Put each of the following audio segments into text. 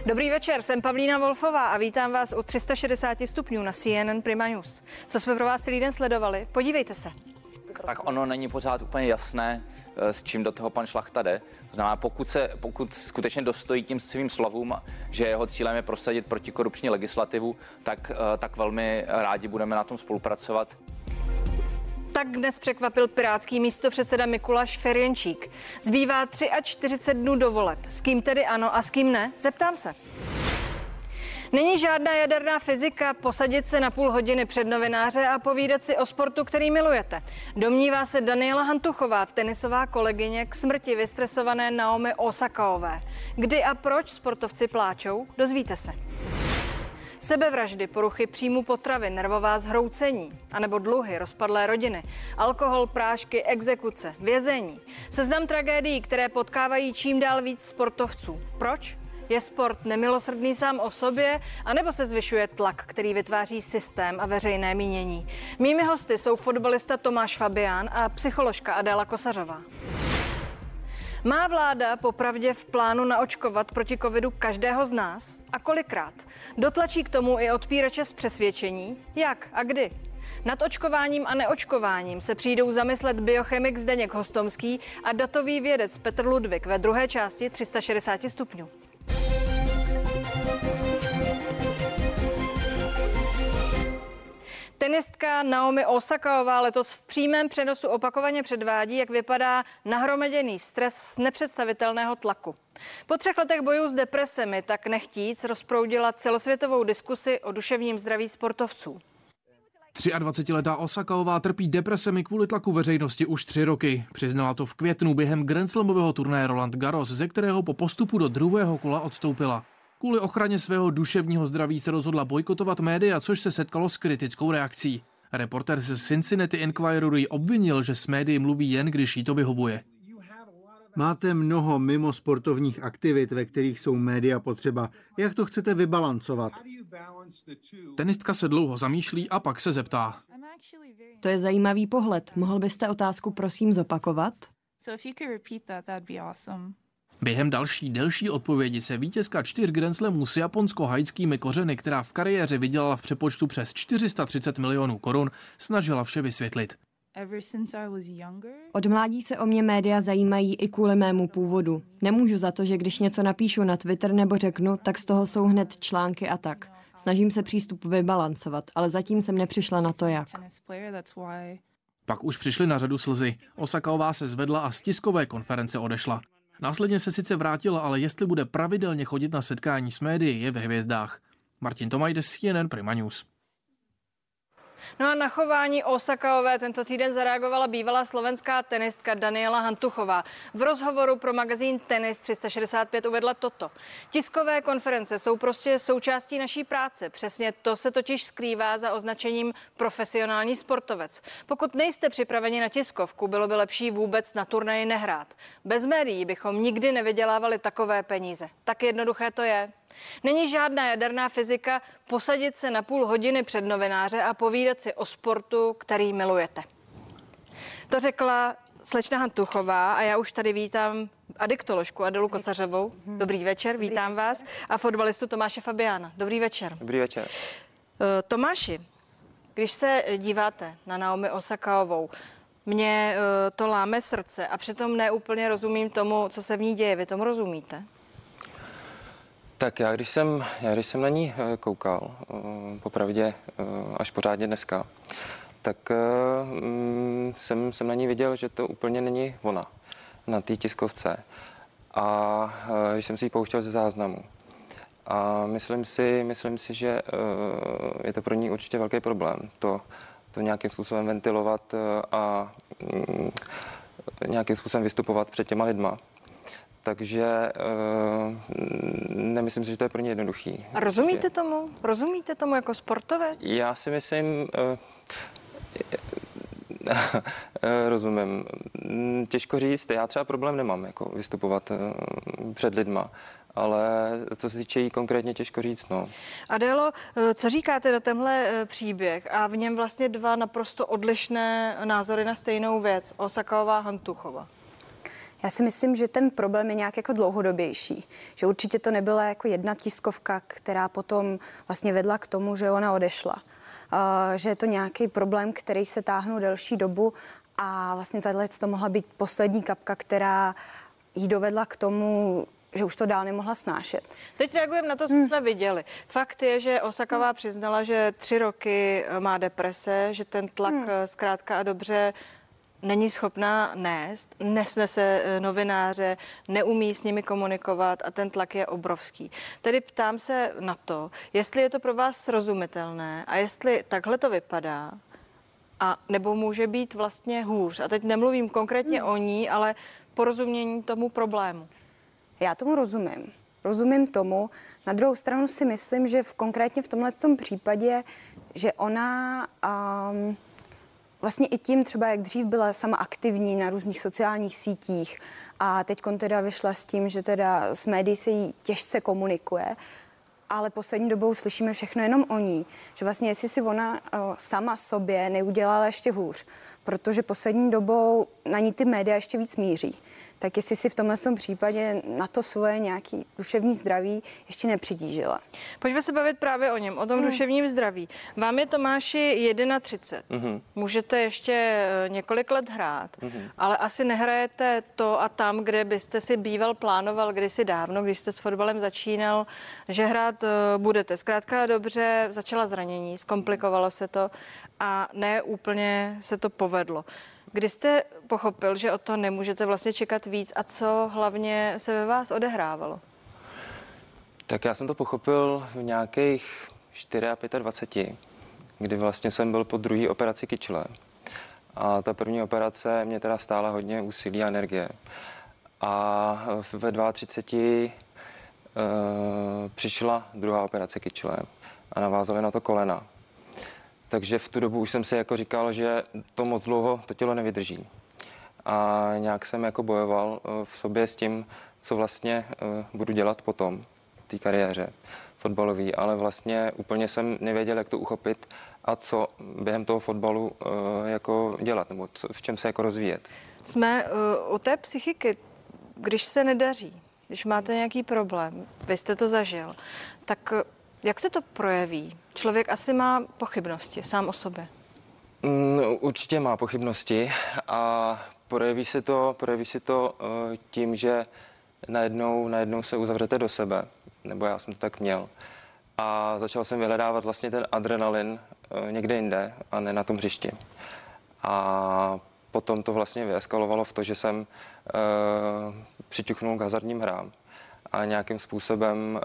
Dobrý večer, jsem Pavlína Wolfová a vítám vás u 360 stupňů na CNN Prima News. Co jsme pro vás celý den sledovali? Podívejte se. Tak ono není pořád úplně jasné, s čím do toho pan Šlachta jde. To znamená, pokud skutečně dostojí tím svým slovům, že jeho cílem je prosadit protikorupční legislativu, tak velmi rádi budeme na tom spolupracovat. Tak dnes překvapil pirátský místopředseda Mikuláš Ferjenčík. Zbývá 43 dnů do voleb. S kým tedy ano a s kým ne? Zeptám se. Není žádná jaderná fyzika posadit se na půl hodiny před novináře a povídat si o sportu, který milujete. Domnívá se Daniela Hantuchová, tenisová kolegyně k smrti vystresované Naomi Osakaové. Kdy a proč sportovci pláčou? Dozvíte se. Sebevraždy, poruchy příjmu potravy, nervová zhroucení, anebo dluhy, rozpadlé rodiny, alkohol, prášky, exekuce, vězení. Seznam tragédií, které potkávají čím dál víc sportovců. Proč? Je sport nemilosrdný sám o sobě, anebo se zvyšuje tlak, který vytváří systém a veřejné mínění? Mými hosty jsou fotbalista Tomáš Fabián a psycholožka Adéla Kosařová. Má vláda popravdě v plánu naočkovat proti covidu každého z nás? A kolikrát? Dotlačí k tomu i odpírače z přesvědčení? Jak a kdy? Nad očkováním a neočkováním se přijdou zamyslet biochemik Zdeněk Hostomský a datový vědec Petr Ludvík ve druhé části 360 stupňů. Tenistka Naomi Osakaová letos v přímém přenosu opakovaně předvádí, jak vypadá nahromaděný stres z nepředstavitelného tlaku. Po 3 letech bojů s depresemi tak nechtíc rozproudila celosvětovou diskusi o duševním zdraví sportovců. 23letá Osakaová trpí depresemi kvůli tlaku veřejnosti už 3 roky. Přiznala to v květnu během grandslamového turnaje Roland Garros, ze kterého po postupu do druhého kola odstoupila. Kvůli ochraně svého duševního zdraví se rozhodla bojkotovat média, což se setkalo s kritickou reakcí. Reportér ze Cincinnati Enquirer ji obvinil, že s médií mluví jen, když jí to vyhovuje. Máte mnoho mimo sportovních aktivit, ve kterých jsou média potřeba. Jak to chcete vybalancovat? Tenistka se dlouho zamýšlí a pak se zeptá. To je zajímavý pohled. Mohl byste otázku prosím zopakovat? Během další delší odpovědi se vítězka 4 Grand Slamů s japonsko-haitskými kořeny, která v kariéře vydělala v přepočtu přes 430 milionů korun, snažila vše vysvětlit. Od mládí se o mě média zajímají i kvůli mému původu. Nemůžu za to, že když něco napíšu na Twitter nebo řeknu, tak z toho jsou hned články a tak. Snažím se přístup vybalancovat, ale zatím jsem nepřišla na to, jak. Pak už přišly na řadu slzy. Osakaová se zvedla a z tiskové konference odešla. Následně se sice vrátila, ale jestli bude pravidelně chodit na setkání s médií, je ve hvězdách. Martin Tomajdes, CNN Prima News. No a na chování Osakaové tento týden zareagovala bývalá slovenská tenistka Daniela Hantuchová. V rozhovoru pro magazín Tennis 365 uvedla toto. Tiskové konference jsou prostě součástí naší práce. Přesně to se totiž skrývá za označením profesionální sportovec. Pokud nejste připraveni na tiskovku, bylo by lepší vůbec na turnaji nehrát. Bez médií bychom nikdy nevydělávali takové peníze. Tak jednoduché to je. Není žádná jaderná fyzika posadit se na půl hodiny před novináře a povídat si o sportu, který milujete. To řekla slečna Hantuchová a já už tady vítám adiktoložku Adelu Kosařovou. Dobrý večer, vítám vás. A fotbalistu Tomáše Fabiána. Dobrý večer. Dobrý večer. Tomáši, když se díváte na Naomi Osakaovou, mě to láme srdce a přitom neúplně rozumím tomu, co se v ní děje. Vy tomu rozumíte? Tak já když jsem na ní koukal, popravdě až pořádně dneska, tak jsem na ní viděl, že to úplně není ona na té tiskovce. A když jsem si ji pouštěl ze záznamu. A myslím si, že je to pro ní určitě velký problém. To nějakým způsobem ventilovat a nějakým způsobem vystupovat před těma lidma. Takže nemyslím si, že to je pro ně jednoduchý. A rozumíte tomu? Rozumíte tomu jako sportovec? Já si myslím, rozumím. Těžko říct, já třeba problém nemám jako vystupovat před lidma, ale co se týče jí konkrétně, těžko říct. No. Adélo, co říkáte na tenhle příběh a v něm vlastně 2 naprosto odlišné názory na stejnou věc, Osakaová, Hantuchová? Já si myslím, že ten problém je nějak jako dlouhodobější. Že určitě to nebyla jako jedna tiskovka, která potom vlastně vedla k tomu, že ona odešla. Že je to nějaký problém, který se táhnul delší dobu a vlastně tahle to mohla být poslední kapka, která jí dovedla k tomu, že už to dál nemohla snášet. Teď reagujeme na to, co jsme viděli. Fakt je, že Osaková přiznala, že 3 roky má deprese, že ten tlak zkrátka a dobře není schopná nést, nesnese novináře, neumí s nimi komunikovat a ten tlak je obrovský. Tedy ptám se na to, jestli je to pro vás srozumitelné a jestli takhle to vypadá, a nebo může být vlastně hůř. A teď nemluvím konkrétně o ní, ale porozumění tomu problému. Já tomu rozumím. Rozumím tomu. Na druhou stranu si myslím, že konkrétně v tomhle případě, že ona vlastně i tím třeba, jak dřív byla sama aktivní na různých sociálních sítích a teď teda vyšla s tím, že teda s médií se jí těžce komunikuje, ale poslední dobou slyšíme všechno jenom o ní, že vlastně jestli si ona sama sobě neudělala ještě hůř, protože poslední dobou na ní ty média ještě víc míří. Tak jestli si v tomhle případě na to svoje nějaký duševní zdraví ještě nepřitížila. Pojďme se bavit právě o něm, o tom duševním zdraví. Vám je, Tomáši, 31. Můžete ještě několik let hrát, ale asi nehrajete to a tam, kde byste si býval plánoval kdysi dávno, když jste s fotbalem začínal, že hrát budete. Zkrátka dobře, začala zranění, zkomplikovalo se to a ne úplně se to povedlo. Kdy jste pochopil, že od toho nemůžete vlastně čekat víc a co hlavně se ve vás odehrávalo? Tak já jsem to pochopil v nějakých 25, kdy vlastně jsem byl po druhé operaci kyčle. A ta první operace mě teda stála hodně úsilí a energie. A ve 32 přišla druhá operace kyčle a navázali na to kolena. Takže v tu dobu už jsem si jako říkal, že to moc dlouho to tělo nevydrží. A nějak jsem jako bojoval v sobě s tím, co vlastně budu dělat potom v té kariéře fotbalový, ale vlastně úplně jsem nevěděl, jak to uchopit a co během toho fotbalu jako dělat, nebo v čem se jako rozvíjet. Jsme u té psychiky, když se nedaří, když máte nějaký problém, vy jste to zažil, tak jak se to projeví? Člověk asi má pochybnosti sám o sobě. Určitě má pochybnosti a projeví se to tím, že najednou se uzavřete do sebe, nebo já jsem to tak měl. A začal jsem vyhledávat vlastně ten adrenalin někde jinde a ne na tom hřišti. A potom to vlastně vyeskalovalo v to, že jsem přiťuknul k hazardním hrám a nějakým způsobem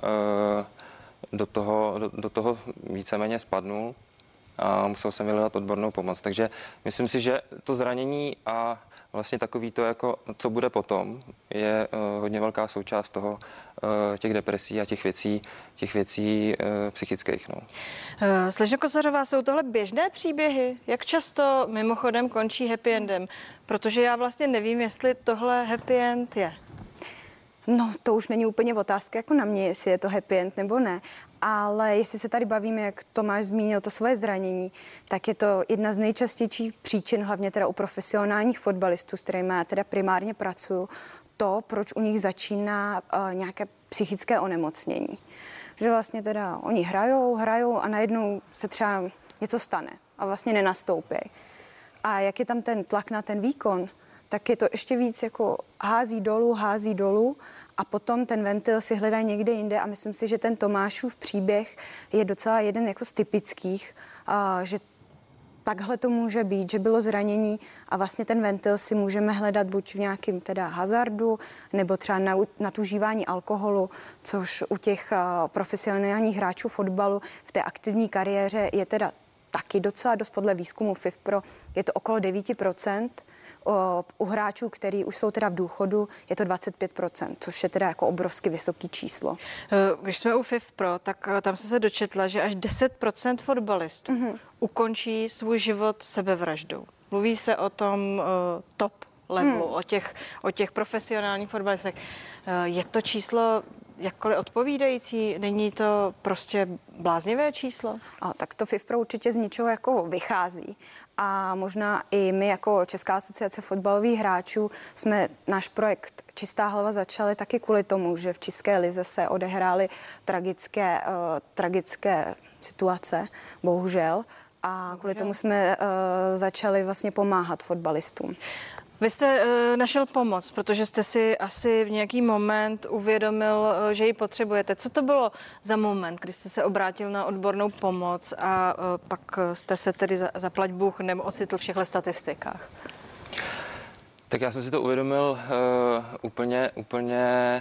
do toho víceméně spadnul a musel jsem vyhledat odbornou pomoc. Takže myslím si, že to zranění a vlastně takový to, jako co bude potom, je hodně velká součást toho, těch depresí a těch věcí psychických. No. Slečno Kosařová, jsou tohle běžné příběhy? Jak často mimochodem končí happy endem? Protože já vlastně nevím, jestli tohle happy end je. No, to už není úplně otázka jako na mě, jestli je to happy end nebo ne, ale jestli se tady bavíme, jak Tomáš zmínil to svoje zranění, tak je to jedna z nejčastějších příčin, hlavně teda u profesionálních fotbalistů, s kterými já teda primárně pracuju, to, proč u nich začíná nějaké psychické onemocnění. Že vlastně teda oni hrajou a najednou se třeba něco stane a vlastně nenastoupí. A jak je tam ten tlak na ten výkon, tak je to ještě víc jako hází dolů a potom ten ventil si hledá někde jinde a myslím si, že ten Tomášův příběh je docela jeden jako z typických, že takhle to může být, že bylo zranění a vlastně ten ventil si můžeme hledat buď v nějakém teda hazardu nebo třeba na nadužívání alkoholu, což u těch profesionálních hráčů fotbalu v té aktivní kariéře je teda taky docela dost podle výzkumu FIFPro, je to okolo 9%. U hráčů, který už jsou teda v důchodu, je to 25%, což je teda jako obrovsky vysoký číslo. Když jsme u FIFPro, tak tam se dočetla, že až 10% fotbalistů ukončí svůj život sebevraždou. Mluví se o tom top levelu, o těch profesionálních fotbalistech. Je to číslo jakkoliv odpovídající? Není to prostě bláznivé číslo? Tak to FIFPro určitě z ničeho jako vychází. A možná i my jako Česká asociace fotbalových hráčů jsme náš projekt Čistá hlava začali taky kvůli tomu, že v České lize se odehrály tragické situace, bohužel. A kvůli tomu jsme začali vlastně pomáhat fotbalistům. Vy jste našel pomoc, protože jste si asi v nějaký moment uvědomil, že ji potřebujete. Co to bylo za moment, kdy jste se obrátil na odbornou pomoc a pak jste se tedy zaplať Bůh ocitl v všech statistikách? Tak já jsem si to uvědomil úplně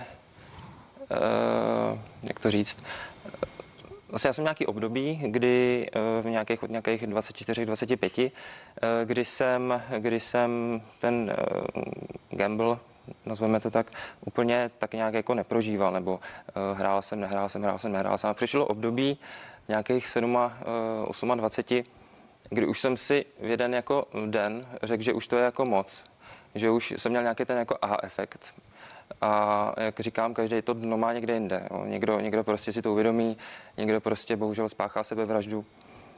jak to říct, vlastně já jsem nějaký období, kdy od nějakých 24, 25, kdy jsem ten gamble, nazveme to tak, úplně tak nějak jako neprožíval, nebo nehrál jsem. A přišlo období nějakých 28, kdy už jsem si v jeden jako den řekl, že už to je jako moc, že už jsem měl nějaký ten jako aha efekt. A jak říkám, každý to dno má někde jinde. Jo. Někdo prostě si to uvědomí, někdo prostě bohužel spáchá sebevraždu.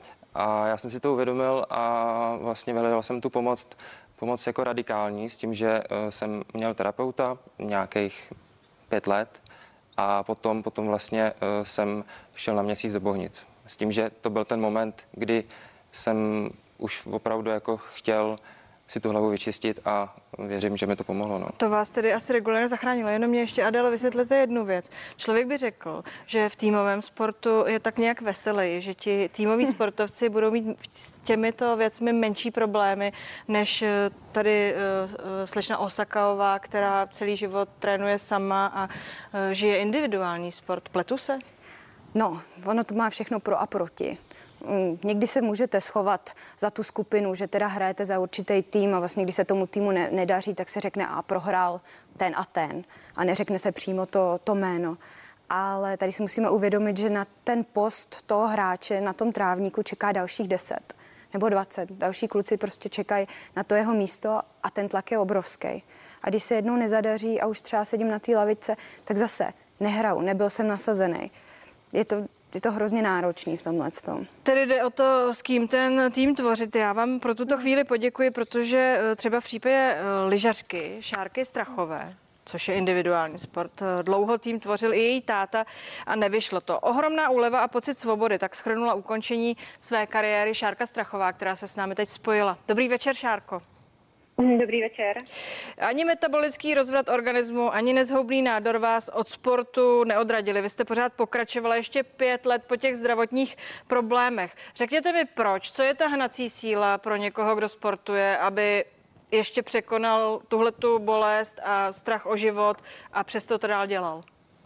A já jsem si to uvědomil a vlastně vyhledal jsem tu pomoc jako radikální s tím, že jsem měl terapeuta nějakých 5 let a potom vlastně jsem šel na měsíc do Bohnic. S tím, že to byl ten moment, kdy jsem už opravdu jako chtěl si tu hlavu vyčistit a věřím, že mi to pomohlo. No. To vás tedy asi regulérně zachránilo. Jenom mě ještě, Adélo, vysvětlete jednu věc. Člověk by řekl, že v týmovém sportu je tak nějak veselý, že ti týmoví sportovci budou mít s těmito věcmi menší problémy, než tady slečna Osakaová, která celý život trénuje sama a žije individuální sport. Pletu se? No, ono to má všechno pro a proti. Někdy se můžete schovat za tu skupinu, že teda hrajete za určitý tým a vlastně, když se tomu týmu nedaří, tak se řekne a prohrál ten a neřekne se přímo to jméno. Ale tady si musíme uvědomit, že na ten post toho hráče na tom trávníku čeká dalších 10 nebo 20. Další kluci prostě čekají na to jeho místo a ten tlak je obrovský. A když se jednou nezadaří a už třeba sedím na té lavice, tak zase nehraju, nebyl jsem nasazený. Je to hrozně náročný v tomhle tom. Tedy jde o to, s kým ten tým tvořit. Já vám pro tuto chvíli poděkuji, protože třeba v případě lyžařky Šárky Strachové, což je individuální sport, dlouho tým tvořil i její táta a nevyšlo to. Ohromná úleva a pocit svobody, tak shrnula ukončení své kariéry Šárka Strachová, která se s námi teď spojila. Dobrý večer, Šárko. Dobrý večer. Ani metabolický rozvrat organismu, ani nezhoubný nádor vás od sportu neodradili. Vy jste pořád pokračovala ještě 5 let po těch zdravotních problémech. Řekněte mi proč, co je ta hnací síla pro někoho, kdo sportuje, aby ještě překonal tuhletu bolest a strach o život a přesto to dál dělal?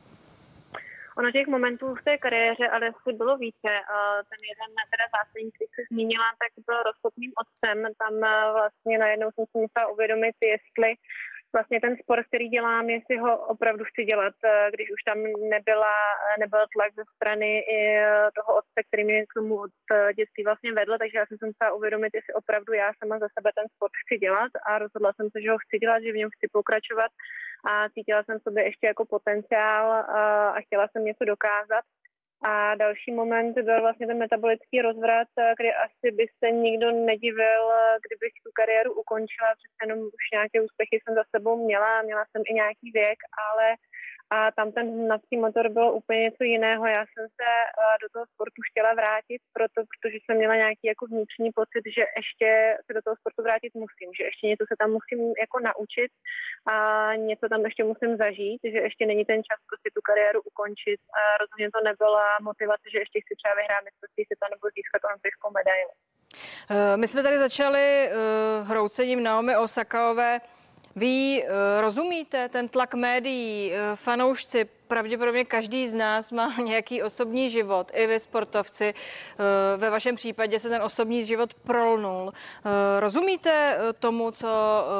Ono těch momentů v té kariéře ale asi bylo více. Ten jeden teda zásadní, který se zmínila, tak byl rozchod mým otcem. Tam vlastně najednou jsem si musela uvědomit, jestli vlastně ten sport, který dělám, jestli ho opravdu chci dělat, když už tam nebyl tlak ze strany i toho otce, který mě k tomu od dětství vlastně vedl, takže já jsem si musela uvědomit, jestli opravdu já sama za sebe ten sport chci dělat a rozhodla jsem se, že ho chci dělat, že v něm chci pokračovat a cítila jsem v sobě ještě jako potenciál a chtěla jsem něco dokázat. A další moment byl vlastně ten metabolický rozvrat, kdy asi by se nikdo nedivil, kdybych tu kariéru ukončila, protože jenom už nějaké úspěchy jsem za sebou měla jsem i nějaký věk, ale a tam ten hnací motor bylo úplně něco jiného. Já jsem se do toho sportu chtěla vrátit, protože jsem měla nějaký jako vnitřní pocit, že ještě se do toho sportu vrátit musím, že ještě něco se tam musím jako naučit a něco tam ještě musím zažít, že ještě není ten čas prostě tu kariéru ukončit. A rozhodně to nebyla motivace, že ještě chci třeba vyhrát mistrovství světa nebo získat olympijskou medaili. My jsme tady začali hroucením Naomi Osakaové. Vy rozumíte ten tlak médií, fanoušci, pravděpodobně každý z nás má nějaký osobní život, i vy sportovci. Ve vašem případě se ten osobní život prolnul. Rozumíte tomu, co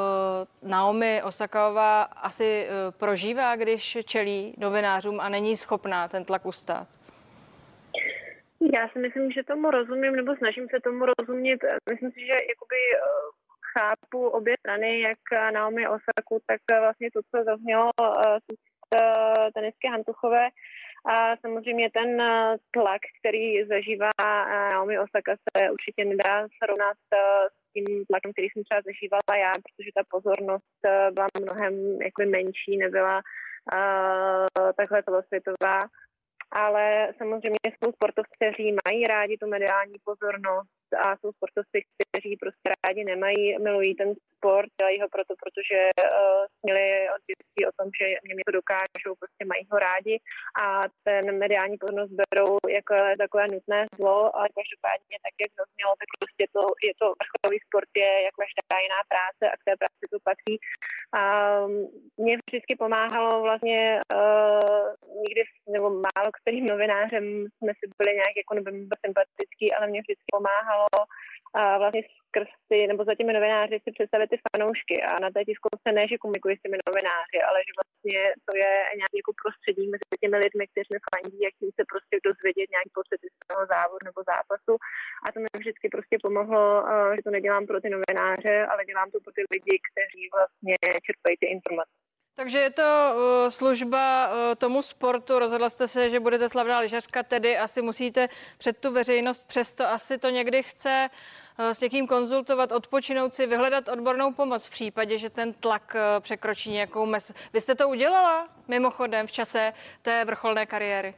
Naomi Osakaová asi prožívá, když čelí novinářům a není schopná ten tlak ustát? Já si myslím, že tomu rozumím, nebo snažím se tomu rozumět. Myslím si, že jakoby chápu obě strany, jak Naomi Osaku, tak vlastně to, co zaznělo tenistky Hantuchové. A samozřejmě ten tlak, který zažívá Naomi Osaka, se určitě nedá srovnat s tím tlakem, který jsem třeba zažívala já, protože ta pozornost byla mnohem jakoby menší, nebyla takhle celosvětová. Ale samozřejmě jsou sportovci, kteří mají rádi tu mediální pozornost a jsou sportovci, kteří prostě rádi nemají, milují ten sport, dělají ho protože směli od dětství o tom, že mě to dokážou, prostě mají ho rádi a ten mediální pozornost berou jako takové nutné zlo, ale každopádně tak, jak zaznělo, tak prostě je to vrcholový sport, je jako každá jiná práce a k té práci to patří. A mě vždycky pomáhalo vlastně nikdy, nebo málo kterým novinářem jsme si byli nějak jako sympatický, ale mě vždycky pomáhalo vlastně skrz ty, nebo za těmi novináři si představit ty fanoušky a na té tiskovce ne, že komunikuji s těmi novináři, ale že vlastně to je nějaký jako prostředí mezi těmi lidmi, kteří mi fandí a chtějí se prostě dozvědět nějaký pocity z toho závodu nebo zápasu a to mi vždycky prostě pomohlo, že to nedělám pro ty novináře, ale dělám to pro ty lidi, kteří vlastně čerpají ty informace. Takže je to služba tomu sportu, rozhodla jste se, že budete slavná lyžařka, tedy asi musíte před tu veřejnost, přesto asi to někdy chce s někým konzultovat, odpočinout si, vyhledat odbornou pomoc v případě, že ten tlak překročí nějakou mez. Vy jste to udělala mimochodem v čase té vrcholné kariéry?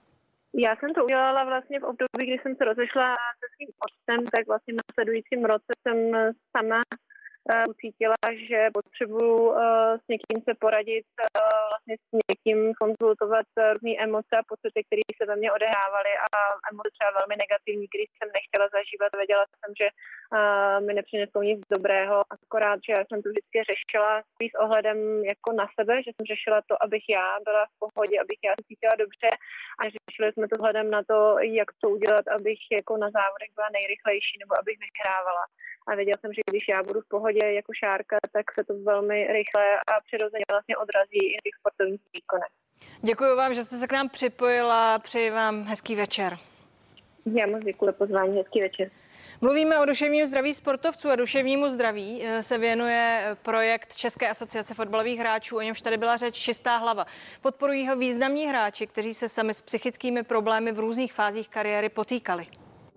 Já jsem to udělala vlastně v období, kdy jsem se rozešla se svým otcem, tak vlastně v následujícím roce jsem sama ucítila, že potřebuju s někým se poradit, vlastně s někým konzultovat různé emoce a pocity, které se ve mně odehrávaly a emoce třeba velmi negativní, které jsem nechtěla zažívat. Věděla jsem, že mi nepřinesou nic dobrého, akorát, že jsem to vždycky řešila s ohledem jako na sebe, že jsem řešila to, abych já byla v pohodě, abych já se cítila dobře a řešili jsme to vzhledem na to, jak to udělat, abych jako na závodech byla nejrychlejší nebo abych vyhrávala. A věděla jsem, že když já budu v pohodě jako Šárka, tak se to velmi rychle a přirozeně vlastně odrazí i v těch sportovních výkonech. Děkuji vám, že jste se k nám připojila. Přeji vám hezký večer. Já moc děkuji za pozvání, hezký večer. Mluvíme o duševním zdraví sportovců a duševnímu zdraví se věnuje projekt České asociace fotbalových hráčů, o němž tady byla řeč, Čistá hlava. Podporují ho významní hráči, kteří se sami s psychickými problémy v různých fázích kariéry potýkali.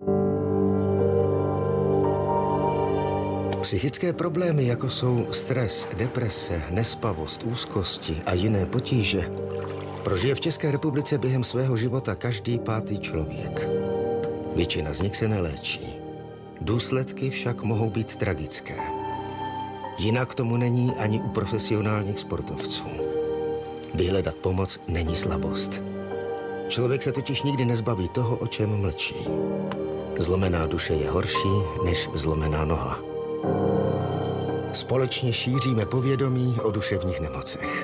Psychické problémy, jako jsou stres, deprese, nespavost, úzkosti a jiné potíže, prožije v České republice během svého života každý 5. člověk. Většina z nich se neléčí. Důsledky však mohou být tragické. Jinak tomu není ani u profesionálních sportovců. Vyhledat pomoc není slabost. Člověk se totiž nikdy nezbaví toho, o čem mlčí. Zlomená duše je horší než zlomená noha. Společně šíříme povědomí o duševních nemocech.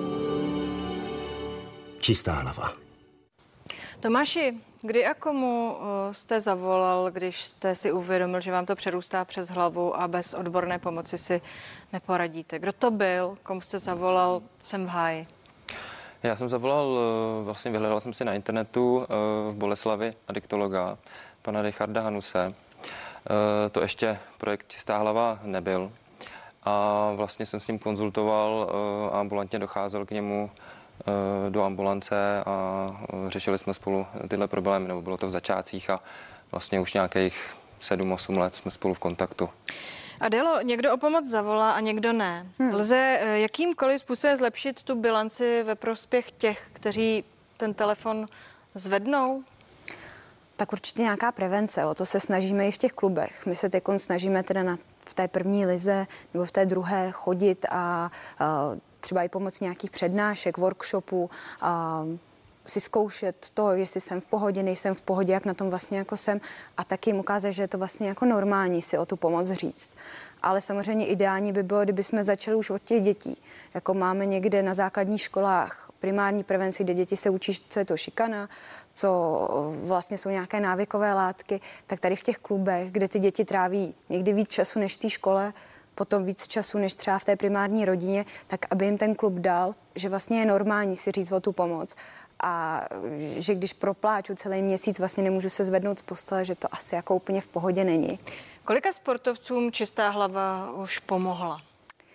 Čistá hlava. Tomáši, kdy a komu jste zavolal, když jste si uvědomil, že vám to přerůstá přes hlavu a bez odborné pomoci si neporadíte? Kdo to byl? Komu jste zavolal? Jsem v háji. Já jsem zavolal, vlastně vyhledal jsem si na internetu v Boleslavi adiktologa, pana Richarda Hanuse. To ještě projekt Čistá hlava nebyl. A vlastně jsem s ním konzultoval, ambulantně docházel k němu do ambulance a řešili jsme spolu tyhle problémy, nebo bylo to v začátcích a vlastně už nějakých 7-8 let jsme spolu v kontaktu. Adélo, někdo o pomoc zavolá a někdo ne. Lze jakýmkoliv způsobem zlepšit tu bilanci ve prospěch těch, kteří ten telefon zvednou? Tak určitě nějaká prevence, o to se snažíme i v těch klubech. My se teď snažíme teda v té první lize nebo v té druhé chodit a třeba i pomocí nějakých přednášek, workshopů, si zkoušet to, jestli jsem v pohodě, nejsem v pohodě, jak na tom vlastně jako jsem a taky jim ukázat, že je to vlastně jako normální si o tu pomoc říct. Ale samozřejmě ideální by bylo, kdyby jsme začali už od těch dětí. Jako máme někde na základních školách primární prevenci, kde děti se učí, co je to šikana, co vlastně jsou nějaké návykové látky, tak tady v těch klubech, kde ty děti tráví někdy víc času než v té škole, potom víc času než třeba v té primární rodině, tak aby jim ten klub dal, že vlastně je normální si říct o tu pomoc a že když propláču celý měsíc, vlastně nemůžu se zvednout z postele, že to asi jako úplně v pohodě není. Kolika sportovcům Čistá hlava už pomohla?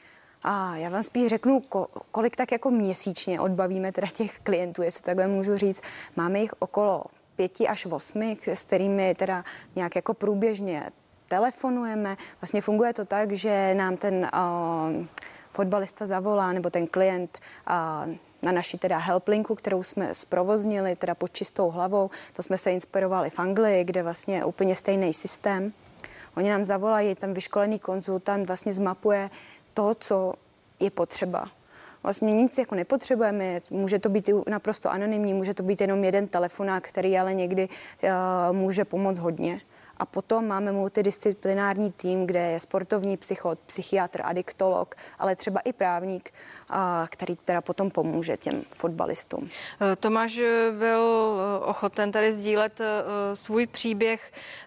A já vám spíš řeknu, kolik tak jako měsíčně odbavíme teda těch klientů, jestli takhle můžu říct. Máme jich okolo 5 až 8, s kterými teda nějak jako průběžně telefonujeme. Vlastně funguje to tak, že nám ten fotbalista zavolá, nebo ten klient na naší teda helplinku, kterou jsme zprovoznili teda pod čistou hlavou. To jsme se inspirovali v Anglii, kde vlastně je úplně stejný systém. Oni nám zavolají, tam vyškolený konzultant vlastně zmapuje to, co je potřeba. Vlastně nic jako nepotřebujeme, může to být naprosto anonymní, může to být jenom jeden telefonát, který ale někdy může pomoct hodně. A potom máme multidisciplinární tým, kde je sportovní psycholog, psychiatr, adiktolog, ale třeba i právník, který teda potom pomůže těm fotbalistům. Tomáš byl ochoten tady sdílet svůj příběh.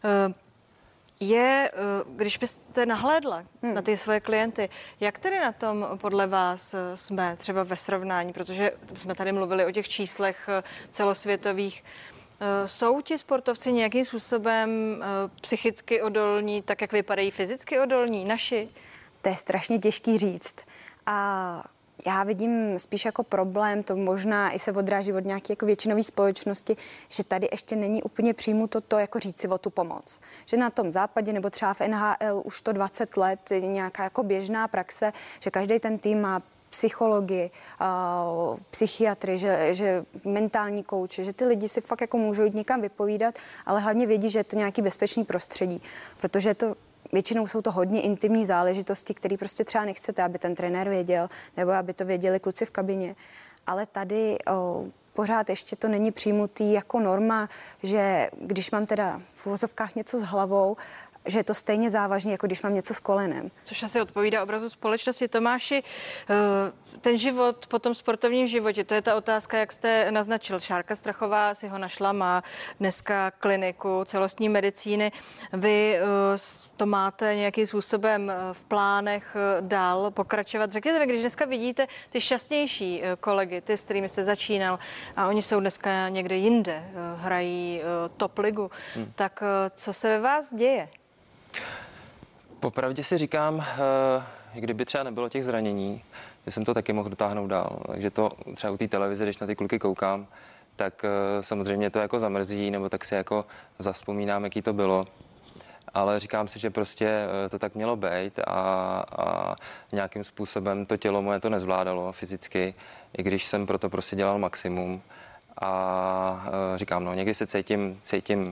Když byste nahlédla na ty své klienty, jak tedy na tom podle vás jsme třeba ve srovnání, protože jsme tady mluvili o těch číslech celosvětových, jsou ti sportovci nějakým způsobem psychicky odolní, tak jak vypadají fyzicky odolní, naši? To je strašně těžký říct. A já vidím spíš jako problém, to možná i se odráží od nějaké jako většinové společnosti, že tady ještě není úplně přijmuto to jako říct si o tu pomoc. Že na tom západě nebo třeba v NHL už to 20 let je nějaká jako běžná praxe, že každý ten tým má psychologi, psychiatry, že mentální kouče, že ty lidi si fakt jako můžou jít někam vypovídat, ale hlavně vědí, že je to nějaký bezpečný prostředí, protože to většinou jsou to hodně intimní záležitosti, které prostě třeba nechcete, aby ten trenér věděl, nebo aby to věděli kluci v kabině. Ale tady pořád ještě to není přijmutý jako norma, že když mám teda v uvozovkách něco s hlavou, že je to stejně závažné, jako když mám něco s kolenem. Což asi odpovídá obrazu společnosti. Tomáši, ten život po tom sportovním životě, to je ta otázka, jak jste naznačil. Šárka Strachová si ho našla, má dneska kliniku celostní medicíny. Vy to máte nějakým způsobem v plánech dál pokračovat. Řekněte mi, když dneska vidíte ty šťastnější kolegy, ty, s kterými jste začínal, a oni jsou dneska někde jinde, hrají top ligu, tak co se ve vás děje? Popravdě si říkám, kdyby třeba nebylo těch zranění, že jsem to taky mohl dotáhnout dál. Takže to třeba u té televize, když na ty kluky koukám, tak samozřejmě to jako zamrzí, nebo tak si jako zavzpomínám, jaký to bylo. Ale říkám si, že prostě to tak mělo být a nějakým způsobem to tělo moje to nezvládalo fyzicky, i když jsem proto prostě dělal maximum. A říkám, no někdy se cítím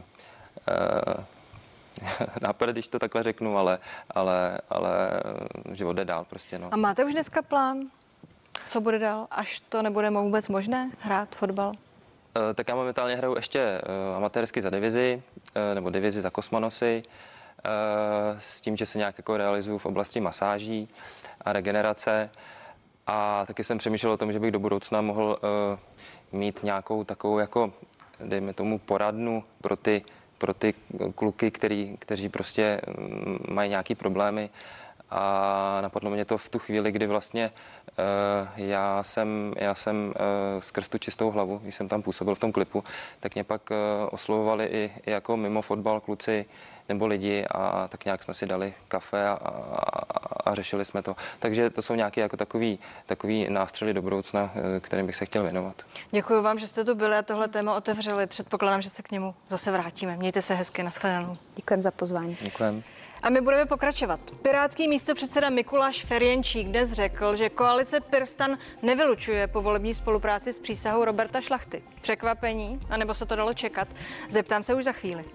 nápad, když to takhle řeknu, ale život jde dál prostě, no. A máte už dneska plán? Co bude dál, až to nebude vůbec možné hrát fotbal? Tak já momentálně hraju ještě amatérsky za divizi, nebo divizi za Kosmonosy, s tím, že se nějak jako realizuju v oblasti masáží a regenerace. A taky jsem přemýšlel o tom, že bych do budoucna mohl mít nějakou takovou jako, dejme tomu, poradnu pro ty kluky, kteří prostě mají nějaký problémy. A napadlo mě to v tu chvíli, kdy vlastně já jsem skrz tu čistou hlavu, když jsem tam působil v tom klipu, tak mě pak oslovovali i jako mimo fotbal kluci nebo lidi a tak nějak jsme si dali kafe a řešili jsme to. Takže to jsou nějaké jako takový nástřely do budoucna, kterým bych se chtěl věnovat. Děkuji vám, že jste tu byli a tohle téma otevřeli. Předpokládám, že se k němu zase vrátíme. Mějte se hezky, nashledanou. Děkujeme za pozvání. Děkujeme. A my budeme pokračovat. Pirátský místopředseda Mikuláš Ferjenčík dnes řekl, že koalice PirSTAN nevylučuje povolební spolupráci s přísahou Roberta Šlachty. Překvapení, anebo se to dalo čekat? Zeptám se už za chvíli.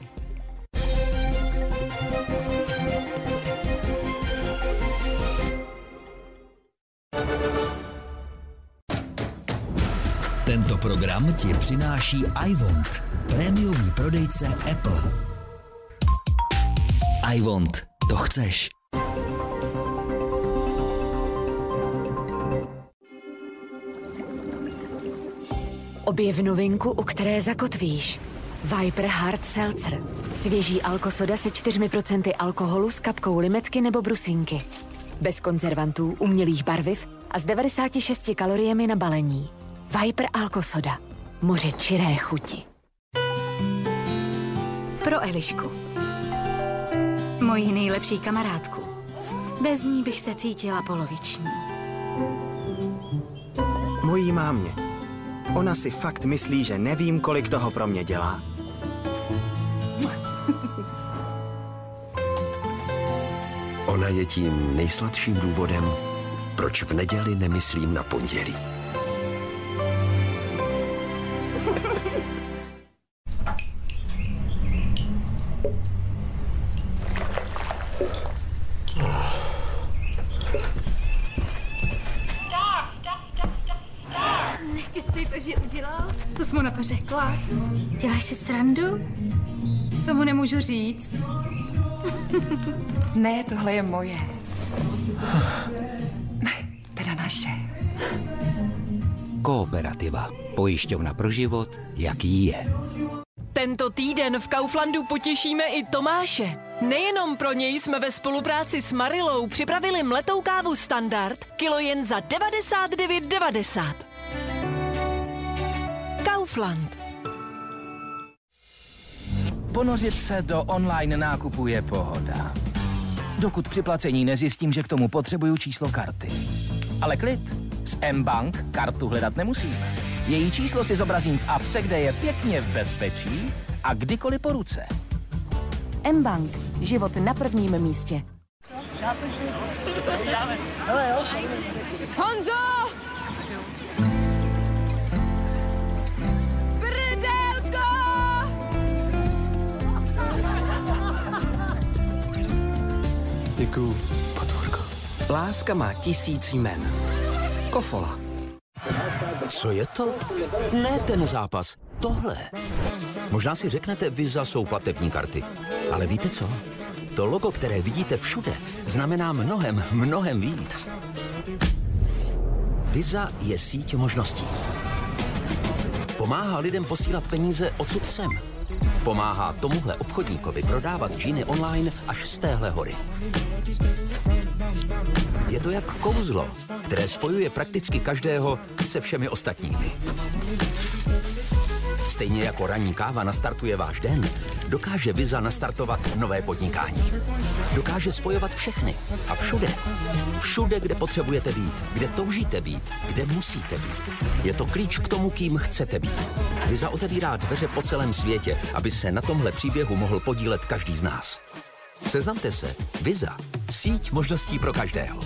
Tento program ti přináší iWant, prémiový prodejce Apple. iWant, to chceš. Objev novinku, u které zakotvíš. Viper Hard Seltzer. Svěží alkosoda se 4% alkoholu s kapkou limetky nebo brusinky. Bez konzervantů, umělých barviv a s 96 kaloriemi na balení. Viper Alkosoda. Moře čiré chuti. Pro Elišku. Moji nejlepší kamarádku. Bez ní bych se cítila poloviční. Mojí mámě. Ona si fakt myslí, že nevím, kolik toho pro mě dělá. Ona je tím nejsladším důvodem, proč v neděli nemyslím na pondělí. Nekecej to, že udělal? Co jsi mu na to řekla? Děláš si srandu? Tomu nemůžu říct. Ne, tohle je moje. Ne, teda naše. Kooperativa. Pojišťovna pro život, jaký je. Tento týden v Kauflandu potěšíme i Tomáše. Nejenom pro něj jsme ve spolupráci s Marilou připravili mletou kávu Standard, kilo jen za 99,90. Kaufland. Ponořit se do online nákupu je pohoda. Dokud při placení nezjistím, že k tomu potřebuju číslo karty. Ale klid, s mBank kartu hledat nemusíme. Její číslo si zobrazím v apce, kde je pěkně v bezpečí a kdykoliv po ruce. mBank. Život na prvním místě. Honzo! Brdelko! Děkuju. Potvorko. Láska má 1000 jmen. Kofola. Co je to? Ne ten zápas, tohle. Možná si řeknete, Visa jsou platební karty. Ale víte co? To logo, které vidíte všude, znamená mnohem víc. Visa je síť možností. Pomáhá lidem posílat peníze odsud sem. Pomáhá tomuhle obchodníkovi prodávat džíny online až z téhle hory. Je to jak kouzlo, které spojuje prakticky každého se všemi ostatními. Stejně jako ranní káva nastartuje váš den, dokáže Visa nastartovat nové podnikání. Dokáže spojovat všechny a všude. Všude, kde potřebujete být, kde toužíte být, kde musíte být. Je to klíč k tomu, kým chcete být. Visa otevírá dveře po celém světě, aby se na tomhle příběhu mohl podílet každý z nás. Seznamte se. Visa. Síť možností pro každého.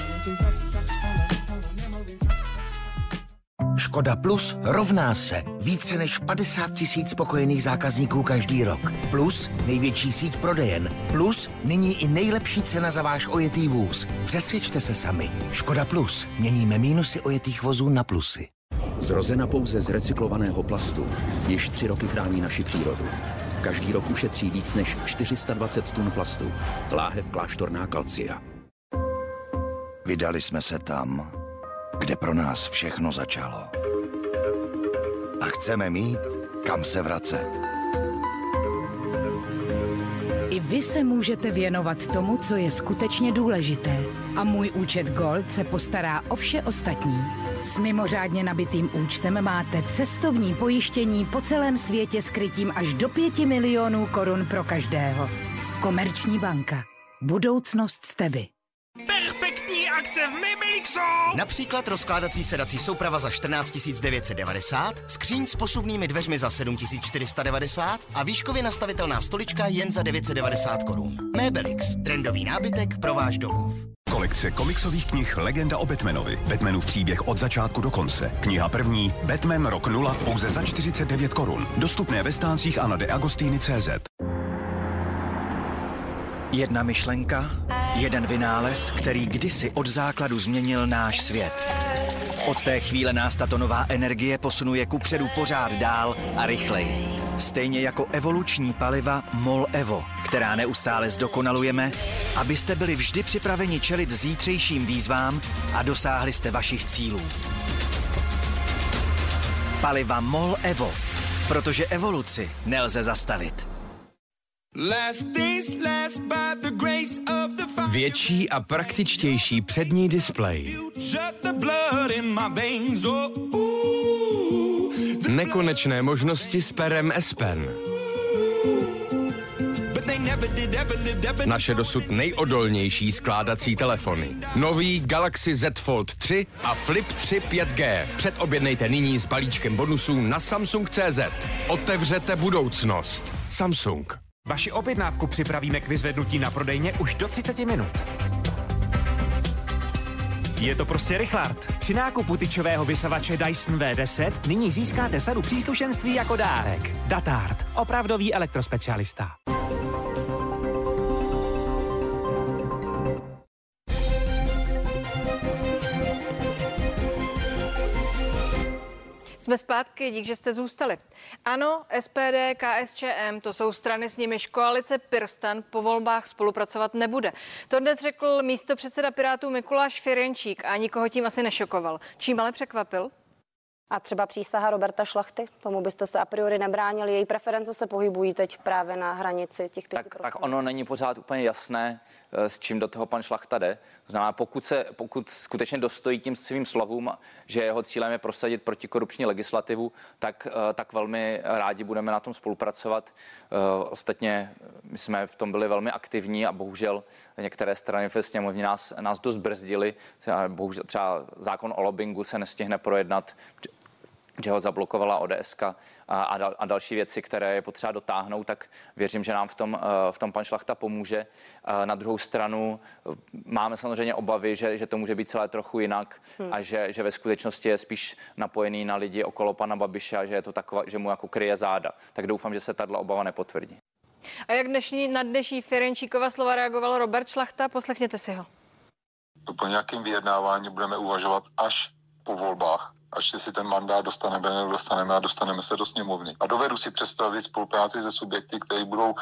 Škoda Plus rovná se více než 50 000 spokojených zákazníků každý rok. Plus největší síť prodejen. Plus nyní i nejlepší cena za váš ojetý vůz. Přesvědčte se sami. Škoda Plus. Měníme mínusy ojetých vozů na plusy. Zrozena pouze z recyklovaného plastu, již 3 roky chrání naši přírodu. Každý rok ušetří víc než 420 tun plastu. Láhev Kláštorná Kalcia. Vydali jsme se tam, kde pro nás všechno začalo. A chceme mít kam se vracet. I vy se můžete věnovat tomu, co je skutečně důležité. A můj účet Gold se postará o vše ostatní. S mimořádně nabitým účtem máte cestovní pojištění po celém světě s krytím až do 5 milionů korun pro každého. Komerční banka. Budoucnost jste vy. Perfektní akce v Mebelixu! Například rozkládací sedací souprava za 14 990, skříň s posuvnými dveřmi za 7 490 a výškově nastavitelná stolička jen za 990 korun. Mebelix. Trendový nábytek pro váš domov. Kolekce komiksových knih Legenda o Batmanovi. Batmanův příběh od začátku do konce. Kniha první Batman rok 0 pouze za 49 korun. Dostupné ve stáncích a na deagostiny.cz. Jedna myšlenka, jeden vynález, který kdysi od základu změnil náš svět. Od té chvíle nás tato nová energie posunuje kupředu pořád dál a rychleji. Stejně jako evoluční paliva MOL EVO, která neustále zdokonalujeme, abyste byli vždy připraveni čelit zítřejším výzvám a dosáhli jste vašich cílů. Paliva MOL EVO, protože evoluci nelze zastavit. Větší a praktičtější přední displej. Nekonečné možnosti s perem S Pen. Naše dosud nejodolnější skládací telefony. Nový Galaxy Z Fold 3 a Flip 3 5G. Předobjednejte nyní s balíčkem bonusů na Samsung.cz. Otevřete budoucnost. Samsung. Vaši objednávku připravíme k vyzvednutí na prodejně už do 30 minut. Je to prostě Richlard. Při nákupu tyčového vysavače Dyson V10 nyní získáte sadu příslušenství jako dárek. Datard. Opravdový elektrospecialista. Jsme zpátky, dík, že jste zůstali. ANO, SPD, KSČM, to jsou strany, s nimiž koalice PirSTAN po volbách spolupracovat nebude. To dnes řekl místopředseda Pirátů Mikuláš Ferjenčík a nikoho tím asi nešokoval. Čím ale překvapil? A třeba přísaha Roberta Šlachty? Tomu byste se a priori nebránili. Její preference se pohybují teď právě na hranici těch 5%. Tak ono není pořád úplně jasné, s čím do toho pan Šlachta jde. To znamená, pokud skutečně dostojí tím svým slovům, že jeho cílem je prosadit protikorupční legislativu, tak velmi rádi budeme na tom spolupracovat. Ostatně my jsme v tom byli velmi aktivní a bohužel některé strany ve sněmovně nás dost brzdily. Bohužel třeba zákon o lobbingu se nestihne projednat, že ho zablokovala ODSka a další věci, které je potřeba dotáhnout, tak věřím, že nám v tom pan Šlachta pomůže. Na druhou stranu máme samozřejmě obavy, že to může být celé trochu jinak a že ve skutečnosti je spíš napojený na lidi okolo pana Babiše a že je to taková, že mu jako kryje záda. Tak doufám, že se tato obava nepotvrdí. A jak na dnešní Ferjenčíkova slova reagoval Robert Šlachta? Poslechněte si ho. Po nějakém vyjednávání budeme uvažovat až po volbách, až si ten mandát dostaneme a dostaneme se do sněmovny. A dovedu si představit spolupráci se subjekty, které budou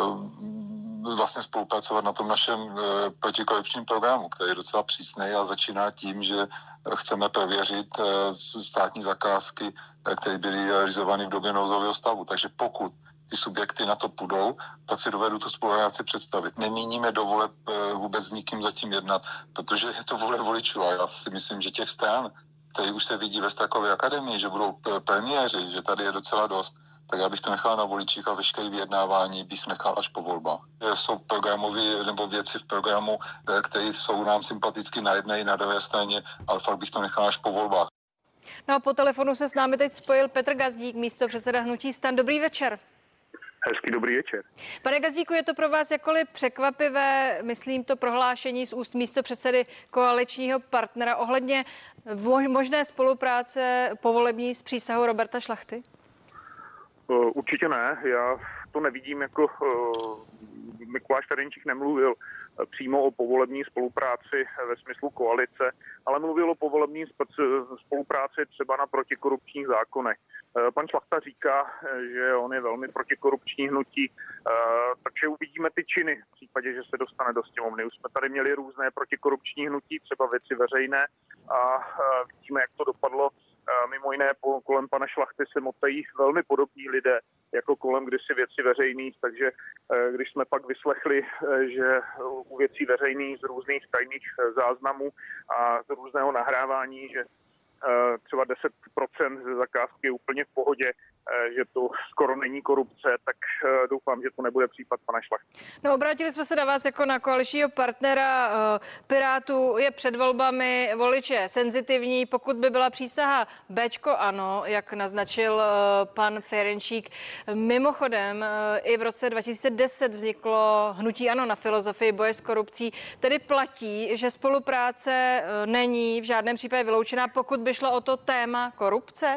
vlastně spolupracovat na tom našem protikorupčním programu, který je docela přísný a začíná tím, že chceme prověřit státní zakázky, které byly realizovány v době nouzového stavu. Takže pokud ty subjekty na to půjdou, tak si dovedu tu spolupráci představit. Nemíníme do voleb vůbec s nikým zatím jednat, protože je to vůle voličů a já si myslím, že těch stran, který už se vidí ve Strakové akademii, že budou premiéři, že tady je docela dost, tak já bych to nechal na voličích a veškeré vyjednávání bych nechal až po volbách. Jsou programové nebo věci v programu, které jsou nám sympaticky na jedné i na druhé straně, ale fakt bych to nechal až po volbách. No a po telefonu se s námi teď spojil Petr Gazdík, místopředseda hnutí STAN. Dobrý večer. Hezký dobrý večer. Pane Gazdíku, je to pro vás jakkoliv překvapivé, myslím to prohlášení z úst místopředsedy koaličního partnera ohledně možné spolupráce povolební s přísahou Roberta Šlachty? Určitě ne, já to nevidím jako Mikuláš Ferjenčík nemluvil přímo o povolební spolupráci ve smyslu koalice, ale mluvil o povolební spolupráci třeba na protikorupčních zákonech. Pan Šlachta říká, že on je velmi protikorupční hnutí, takže uvidíme ty činy v případě, že se dostane do sněmovny. Už jsme tady měli různé protikorupční hnutí, třeba Věci veřejné a vidíme, jak to dopadlo. Mimo jiné kolem pana Šlachty se motají velmi podobní lidé jako kolem kdysi Věcí veřejných, takže když jsme pak vyslechli, že u Věcí veřejných z různých tajných záznamů a z různého nahrávání, že třeba 10% ze zakázky je úplně v pohodě, že to skoro není korupce, tak doufám, že to nebude případ pana Šlachty. No, obrátili jsme se na vás jako na koaličního partnera Pirátů. Je před volbami, voliče senzitivní. Pokud by byla přísaha Bčko ano, jak naznačil pan Ferjenčík. Mimochodem, i v roce 2010 vzniklo hnutí ANO na filozofii boje s korupcí. Tedy platí, že spolupráce není v žádném případě vyloučená, pokud by šlo o to téma korupce?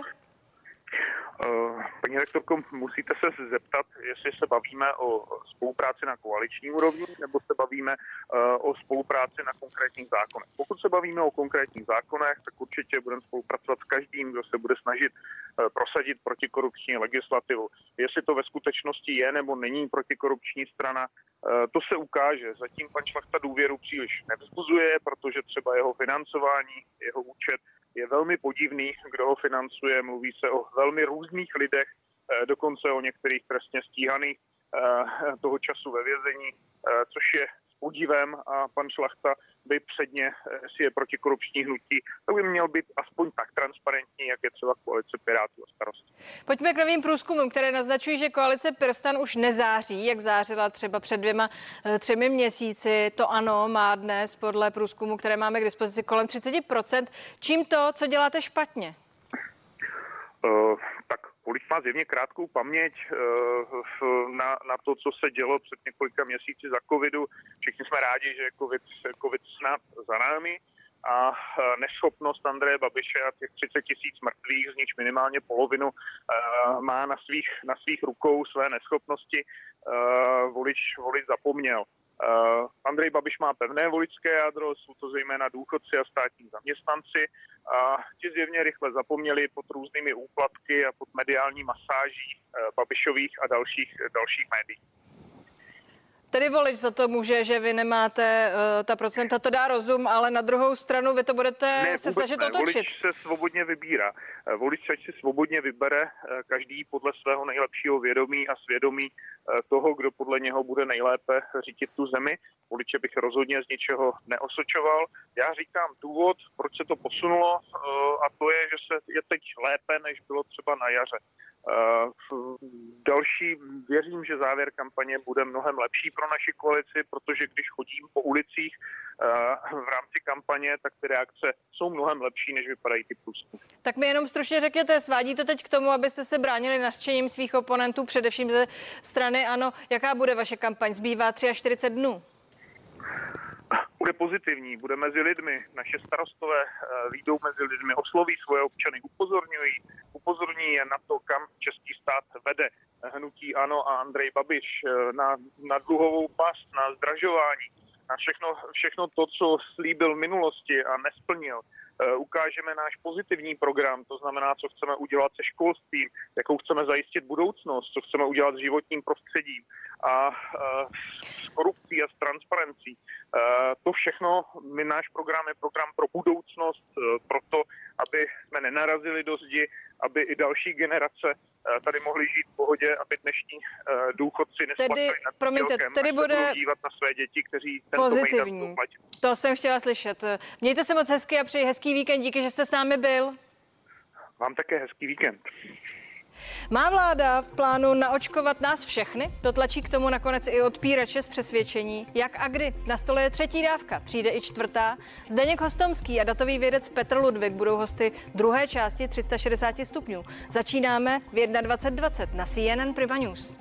Paní rektorko, musíte se zeptat, jestli se bavíme o spolupráci na koaliční úrovni, nebo se bavíme o spolupráci na konkrétních zákonech. Pokud se bavíme o konkrétních zákonech, tak určitě budeme spolupracovat s každým, kdo se bude snažit prosadit protikorupční legislativu. Jestli to ve skutečnosti je nebo není protikorupční strana, to se ukáže. Zatím pan Šlachta důvěru příliš nevzbuzuje, protože třeba jeho financování, jeho účet je velmi podivný, kdo ho financuje. Mluví se o velmi různých lidech, dokonce o některých trestně stíhaných toho času ve vězení, což je z podivem a pan Šlachta by předně, jestli je protikorupční hnutí, tak by měl být aspoň tak transparentní, jak je třeba koalice Pirátů a Starostů. Pojďme k novým průzkumům, které naznačují, že koalice PirSTAN už nezáří, jak zářila třeba před 2-3 měsíci. To ANO má dnes podle průzkumu, které máme k dispozici, kolem 30%. Čím to, co děláte špatně? Tak volič má zjevně krátkou paměť na to, co se dělo před několika měsíci za covidu. Všichni jsme rádi, že je covid snad za námi a neschopnost Andreje Babiše a těch 30 000 mrtvých, z nichž minimálně polovinu má na svých rukou své neschopnosti, volič zapomněl. Andrej Babiš má pevné voličské jádro, jsou to zejména důchodci a státní zaměstnanci a ti zjevně rychle zapomněli pod různými úplatky a pod mediální masáží Babišových a dalších médií. Tedy volič za to může, že vy nemáte ta procenta, to dá rozum, ale na druhou stranu vy to budete se snažit otočit. Volič se svobodně vybírá. Volič si svobodně vybere každý podle svého nejlepšího vědomí a svědomí toho, kdo podle něho bude nejlépe řídit tu zemi. Voliče bych rozhodně z ničeho neosočoval. Já říkám důvod, proč se to posunulo, a to je, že je teď lépe, než bylo třeba na jaře. Věřím, že závěr kampaně bude mnohem lepší pro naši koalici, protože když chodím po ulicích v rámci kampaně, tak ty reakce jsou mnohem lepší, než vypadají ty průzkumy. Tak mi jenom stručně řekněte, svádíte teď k tomu, abyste se bránili nařčením svých oponentů, především ze strany ANO. Jaká bude vaše kampaň? Zbývá 43 dnů. Bude pozitivní, bude mezi lidmi. Naše starostové výjdou mezi lidmi, osloví svoje občany, upozorní je na to, kam český stát vede hnutí ANO a Andrej Babiš, na dluhovou past, na zdražování, na všechno to, co slíbil v minulosti a nesplnil. Ukážeme náš pozitivní program, to znamená, co chceme udělat se školstvím, jakou chceme zajistit budoucnost, co chceme udělat s životním prostředím a s korupcí a s transparencí. To všechno, náš program je program pro budoucnost, proto, aby jsme nenarazili do zdi, aby i další generace tady mohly žít v pohodě, aby dnešní důchodci nesplakali nad výdělkem, tedy bude dívat na své děti, kteří tento pozitivní. mejdan platí. To jsem chtěla slyšet. Mějte se moc hezky a přeji hezký víkend. Díky, že jste s námi byl. Vám také hezký víkend. Má vláda v plánu naočkovat nás všechny? To tlačí k tomu nakonec i odpírače z přesvědčení. Jak a kdy? Na stole je 3. dávka, přijde i 4. Zdeněk Hostomský a datový vědec Petr Ludvík budou hosty druhé části 360 stupňů. Začínáme v 21:20 na CNN Prima News.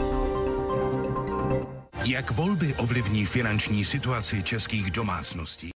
Jak volby ovlivní finanční situaci českých domácností?